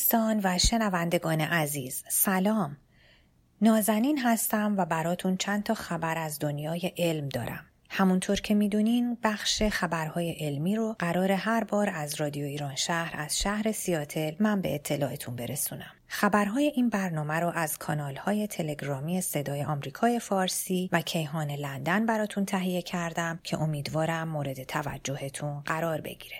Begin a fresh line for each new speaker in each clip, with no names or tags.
دوستان و شنوندگان عزیز، سلام. نازنین هستم و براتون چند تا خبر از دنیای علم دارم. همونطور که میدونین بخش خبرهای علمی رو قرار هر بار از رادیو ایران شهر از شهر سیاتل من به اطلاعتون برسونم. خبرهای این برنامه رو از کانالهای تلگرامی صدای آمریکای فارسی و کیهان لندن براتون تهیه کردم که امیدوارم مورد توجهتون قرار بگیره.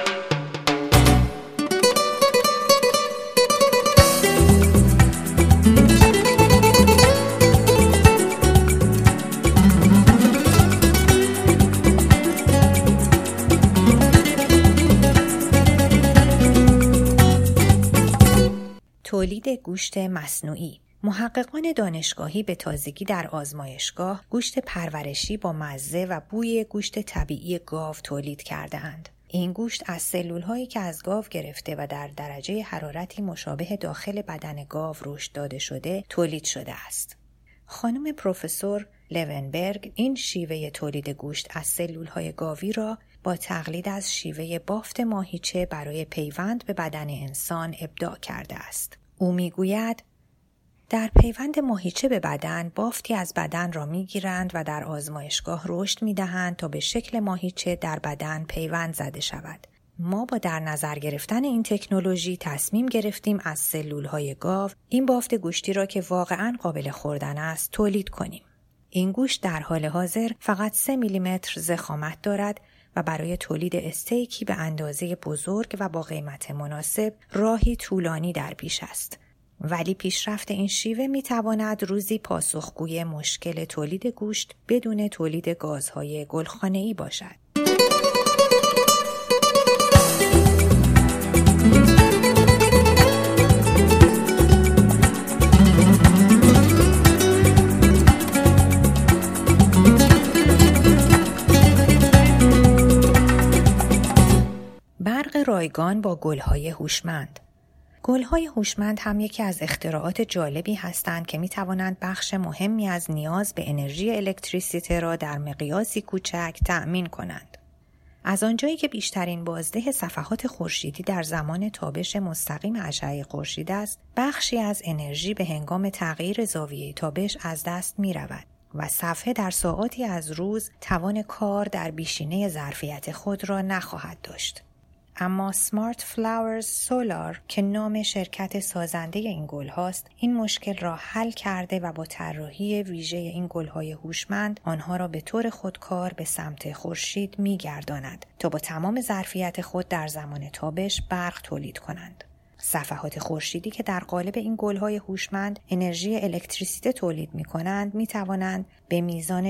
تولید گوشت مصنوعی. محققان دانشگاهی به تازگی در آزمایشگاه گوشت پرورشی با مزه و بوی گوشت طبیعی گاو تولید کرده‌اند. این گوشت از سلول‌هایی که از گاو گرفته و در درجه حرارتی مشابه داخل بدن گاو رشد داده شده تولید شده است. خانم پروفسور لونبرگ این شیوه تولید گوشت از سلول‌های گاوی را با تقلید از شیوه بافت ماهیچه برای پیوند به بدن انسان ابداع کرده است. او میگوید در پیوند ماهیچه به بدن بافتی از بدن را میگیرند و در آزمایشگاه رشد میدهند تا به شکل ماهیچه در بدن پیوند زده شود. ما با در نظر گرفتن این تکنولوژی تصمیم گرفتیم از سلول‌های گاو این بافت گوشتی را که واقعاً قابل خوردن است تولید کنیم. این گوشت در حال حاضر فقط 3 میلیمتر ضخامت دارد و برای تولید استیکی به اندازه بزرگ و با قیمت مناسب راهی طولانی در پیش است. ولی پیشرفت این شیوه میتواند روزی پاسخگوی مشکل تولید گوشت بدون تولید گازهای گلخانه‌ای باشد. برق رایگان با گل‌های هوشمند. گل‌های هوشمند هم یکی از اختراعات جالبی هستند که می‌توانند بخش مهمی از نیاز به انرژی الکتریسیته را در مقیاسی کوچک تأمین کنند. از آنجایی که بیشترین بازده صفحات خورشیدی در زمان تابش مستقیم اشعه خورشید است، بخشی از انرژی به هنگام تغییر زاویه تابش از دست می‌رود و صفحه در ساعاتی از روز توان کار در بیشینه ظرفیت خود را نخواهد داشت. اما سمارت فلاورز سولار که نام شرکت سازنده این گل هاست این مشکل را حل کرده و با طراحی ویژه این گل های هوشمند آنها را به طور خودکار به سمت خورشید می‌گرداند تا با تمام ظرفیت خود در زمان تابش برق تولید کنند. صفحات خورشیدی که در قالب این گل‌های هوشمند انرژی الکتریسیته تولید می‌کنند می‌توانند به میزان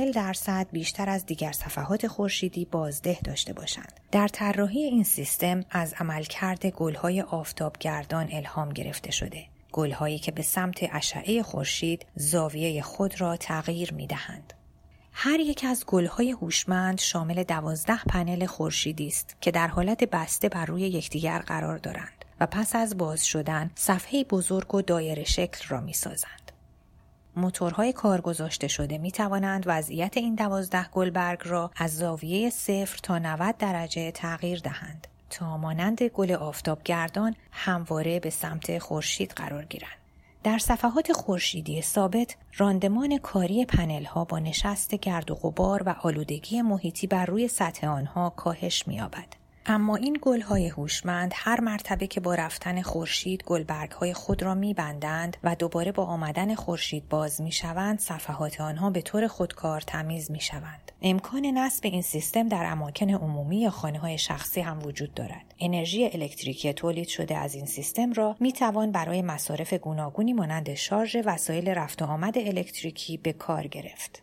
40% بیشتر از دیگر صفحات خورشیدی بازده داشته باشند. در طراحی این سیستم از عملکرد گل‌های آفتابگردان الهام گرفته شده. گل‌هایی که به سمت اشعه خورشید زاویه خود را تغییر می‌دهند. هر یک از گل‌های هوشمند شامل 12 پنل خورشیدی است که در حالت بسته بر روی یکدیگر قرار دارند و پس از باز شدن صفحه بزرگ و دایره شکل را می سازند. موتورهای کار گذاشته شده می توانند وضعیت این 12 گلبرگ را از زاویه 0 تا 90 درجه تغییر دهند تا مانند گل آفتابگردان همواره به سمت خورشید قرار گیرند. در صفحات خورشیدی ثابت راندمان کاری پنل‌ها با نشست گرد و غبار و آلودگی محیطی بر روی سطح آنها کاهش می‌یابد. اما این گل‌های هوشمند هر مرتبه که با رفتن خورشید گلبرگ‌های خود را می‌بندند و دوباره با آمدن خورشید باز می‌شوند، صفحات آنها به طور خودکار تمیز می‌شوند. امکان نصب این سیستم در اماکن عمومی یا خانه‌های شخصی هم وجود دارد. انرژی الکتریکی تولید شده از این سیستم را می‌توان برای مصارف گوناگونی مانند شارژ وسایل رفت و آمد الکتریکی به کار گرفت.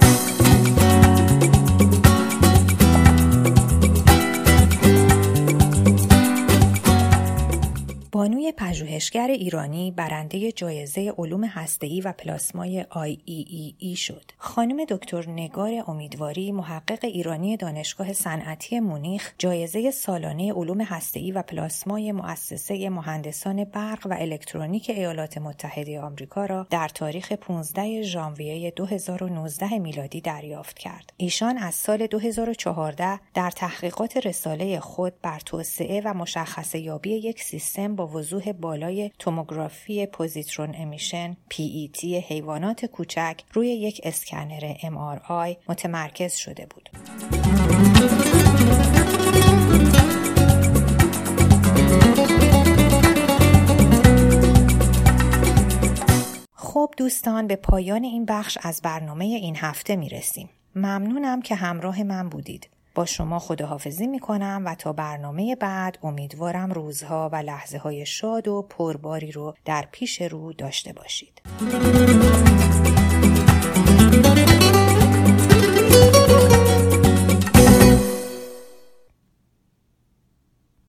بانوی پژوهشگر ایرانی برنده جایزه علوم هسته‌ای و پلاسمای IEEE شد. خانم دکتر نگار امیدواری، محقق ایرانی دانشگاه صنعتی مونیخ، جایزه سالانه علوم هسته‌ای و پلاسمای مؤسسه مهندسان برق و الکترونیک ایالات متحده آمریکا را در تاریخ 15 ژانویه 2019 میلادی دریافت کرد. ایشان از سال 2014 در تحقیقات رساله خود بر توسعه و مشخصه یابی یک سیستم با با وضوح بالای توموگرافی پوزیترون امیشن PET حیوانات کوچک روی یک اسکنر MRI متمرکز شده بود. خب دوستان، به پایان این بخش از برنامه این هفته میرسیم. ممنونم که همراه من بودید. با شما خداحافظی میکنم و تا برنامه بعد امیدوارم روزها و لحظه های شاد و پرباری رو در پیش رو داشته باشید.